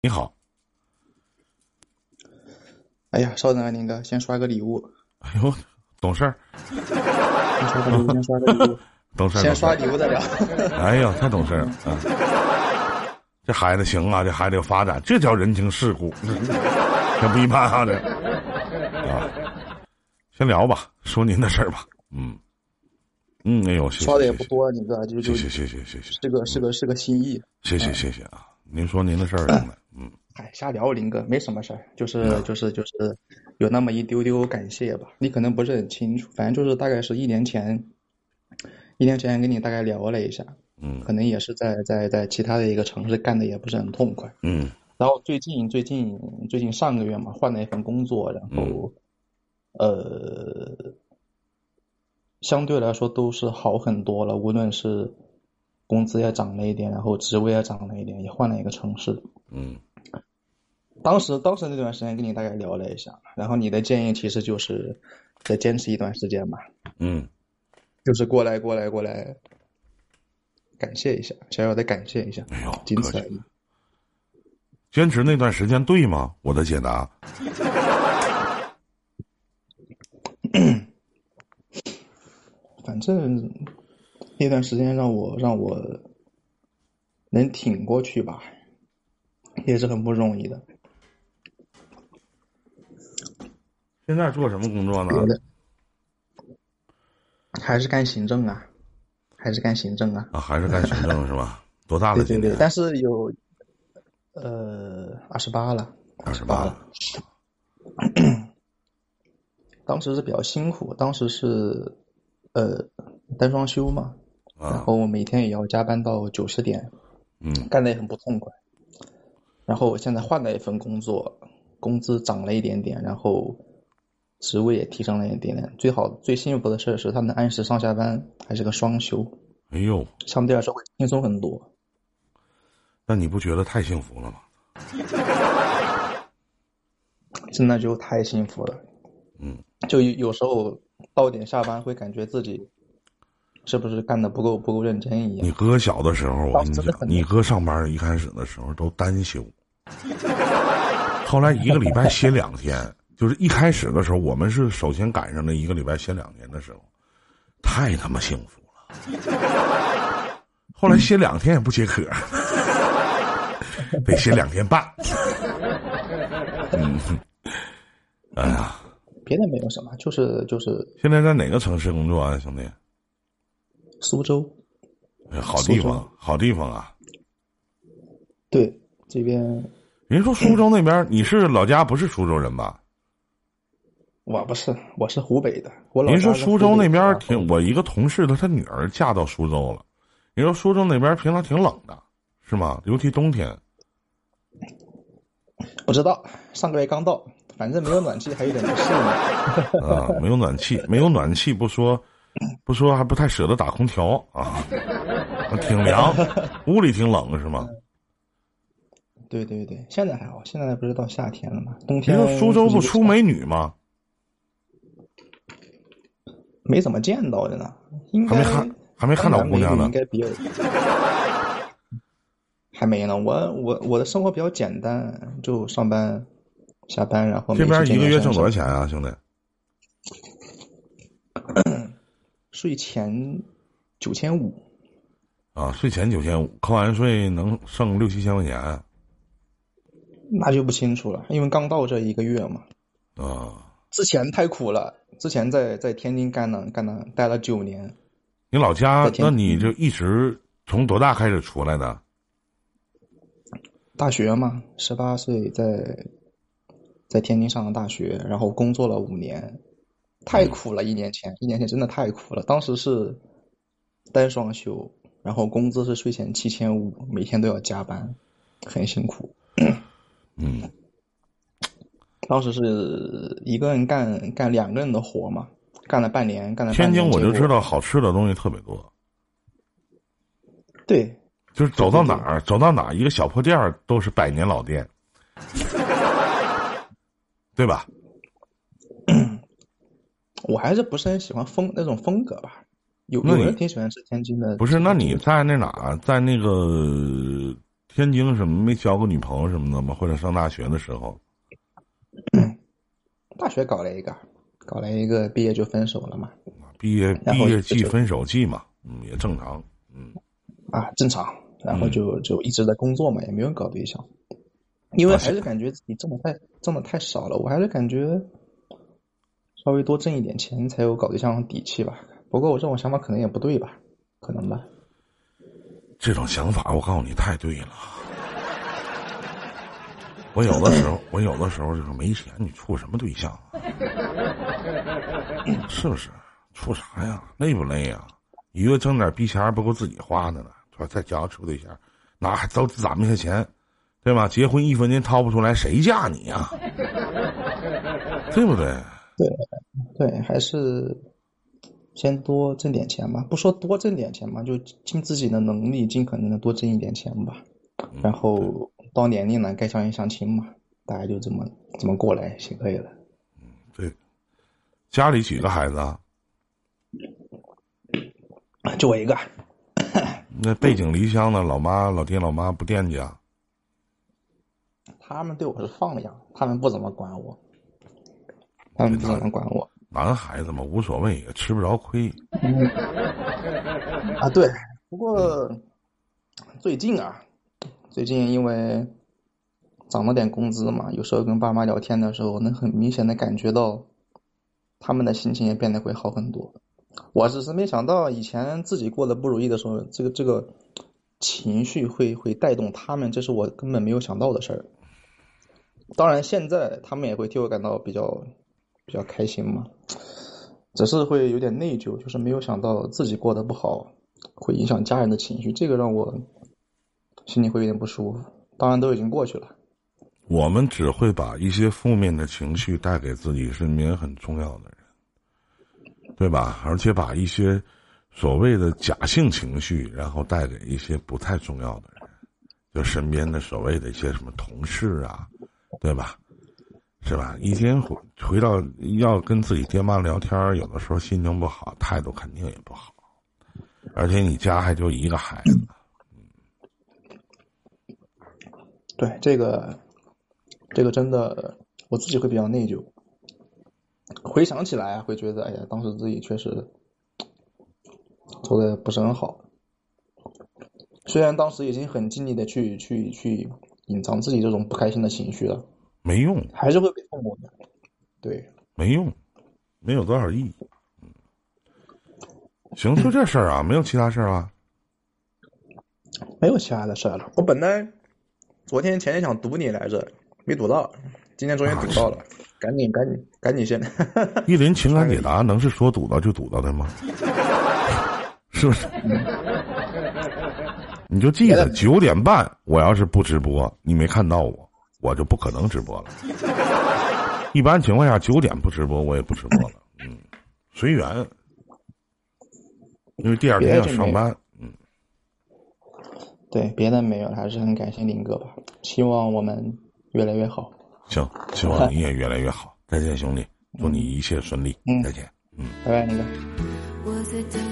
你好。 哎呀，稍等啊，林哥，先刷个礼物。 哎呦，懂事儿。 先刷个礼物，先刷个礼物， 懂事儿， 先刷懂事儿。 礼物再聊。 哎呦，太懂事了啊！这孩子行啊，这孩子有发展，这叫人情世故，这不一般啊！这啊，先聊吧，说您的事儿吧。哎呦，谢谢， 刷的也不多，林哥， 谢谢，谢谢， 是个心意。 谢谢，谢谢啊！您说您的事儿，兄弟。 嗨，瞎聊，林哥，没什么事儿，就是有那么一丢丢感谢吧。你可能不是很清楚，反正就是大概是1年前跟你大概聊了一下。可能也是在其他的一个城市干的也不是很痛快。然后最近上个月嘛，换了一份工作，然后相对来说都是好很多了，无论是工资也涨了一点，然后职位也涨了一点，也换了一个城市。当时那段时间跟你大概聊了一下，然后你的建议其实就是再坚持一段时间嘛。就是过来，感谢一下，小小的感谢一下， 哎呦， 仅此而已。 坚持那段时间对吗？我的解答。 反正那段时间让我能挺过去吧，也是很不容易的。 现在做什么工作呢？ 还是干行政啊。还是干行政是吧？多大了？ 对，但是有28了。28了。当时是比较辛苦，当时是单双休嘛，然后每天也要加班到9、10点，干得也很不痛快。然后我现在换了一份工作，工资涨了一点点，然后职位也提升了一点点。最幸福的事是他们按时上下班，还是个双休。 哎呦， 相对来说会轻松很多。 那你不觉得太幸福了吗？ 真的就太幸福了。就有时候到点下班会感觉自己是不是干得不够认真一样。 你哥小的时候，我跟你讲，你哥上班一开始的时候都单休，后来1个礼拜歇2天，就是一开始的时候，我们是首先赶上了1个礼拜歇2天的时候，太他妈幸福了。后来歇2天也不解渴，得歇2天半。哎呀， 别的没有什么，就是现在在哪个城市工作啊，兄弟？ 苏州。 好地方，好地方啊。 对，这边人说苏州那边，你是老家不是苏州人吧？ 我不是，我是湖北的。 您说苏州那边我一个同事他女儿嫁到苏州了。您说苏州那边平常挺冷的，是吗？尤其冬天。 不知道，上个月刚到，反正没有暖气，还有点不适应。 没有暖气不说，还不太舍得打空调啊，挺凉，屋里挺冷是吗？ 对，现在还好，现在不是到夏天了吗？冬天。 你说苏州不出美女吗？ 没怎么见到的呢， 还没看到姑娘呢。 应该比较还没呢。我的生活比较简单，就上班下班，然后这边1个月挣多少钱啊，兄弟？ 税前9500 啊，税前9500，扣完税能剩6、7千块钱。 那就不清楚了，因为刚到这1个月嘛。之前太苦了，之前在天津待了9年。 你老家，那你就一直从多大开始出来的？ 大学嘛，18岁在天津上的大学，然后工作了5年，太苦了。1年前真的太苦了。当时是单双休，然后工资是税前7500，每天都要加班，很辛苦。当时是一个人干2个人的活嘛，干了半年。 天津我就知道好吃的东西特别多。 对， 就是走到哪儿一个小破店都是100年老店，对吧？ 我还是不是很喜欢那种风格吧。有人挺喜欢吃天津的。 不是？那你在那哪，在那个天津什么没交过女朋友什么的吗？或者上大学的时候？ 大学搞了一个，毕业就分手了嘛。 毕业季分手季嘛，也正常， 正常。然后就一直在工作嘛，也没有搞对象，因为还是感觉自己挣的太少了，我还是感觉稍微多挣一点钱才有搞对象的底气吧。不过我这种想法可能也不对吧，可能吧。 这种想法我告诉你太对了。我有的时候就是没钱，你处什么对象啊？是不是？处啥呀？累不累呀？一个月挣点逼钱不够自己花的呢，再加上处对象，那还都攒不下钱，对吧？结婚1分钱掏不出来，谁嫁你呀？对不对？ 对，还是先多挣点钱吧。不说多挣点钱嘛，就尽自己的能力，尽可能的多挣一点钱吧。然后到年龄了，该相亲相亲嘛，大家就这么过来就可以了。 对。家里几个孩子啊？ 就我一个。 那背井离乡的老妈、老爹、老妈不惦记啊？ 他们对我是放养，他们不怎么管我。 男孩子嘛，无所谓，也吃不着亏。 对。不过最近因为涨了点工资嘛，有时候跟爸妈聊天的时候，能很明显的感觉到他们的心情也变得会好很多。我只是没想到以前自己过得不如意的时候，这个情绪会带动他们，这是我根本没有想到的事儿。当然现在他们也会替我感到比较开心嘛，只是会有点内疚，就是没有想到自己过得不好会影响家人的情绪，这个让我心里会有点不舒服。当然都已经过去了。 我们只会把一些负面的情绪带给自己身边很重要的人，对吧？而且把一些所谓的假性情绪，然后带给一些不太重要的人，就身边的所谓的一些什么同事啊，对吧？是吧？一天回到要跟自己爹妈聊天，有的时候心情不好，态度肯定也不好，而且你家还就一个孩子。 对，这个真的我自己会比较内疚。回想起来会觉得，哎呀，当时自己确实做的不是很好。虽然当时已经很尽力的去隐藏自己这种不开心的情绪了， 没用， 还是会被父母的。对， 没用，没有多少意义。行，就这事儿啊，没有其他事儿啊。 没有其他的事儿了。我本来前天想堵你来着，没堵到，今天终于堵到了，赶紧先。 一林情感解答能是说堵到就堵到的吗？是不是？你就记得9点半，我要是不直播，你没看到我就不可能直播了。一般情况下9点不直播，我也不直播了。随缘，因为第二天要上班。 对，别的没有，还是很感谢林哥吧。希望我们越来越好。 行，希望你也越来越好。再见，兄弟，祝你一切顺利。再见。 拜拜，林哥。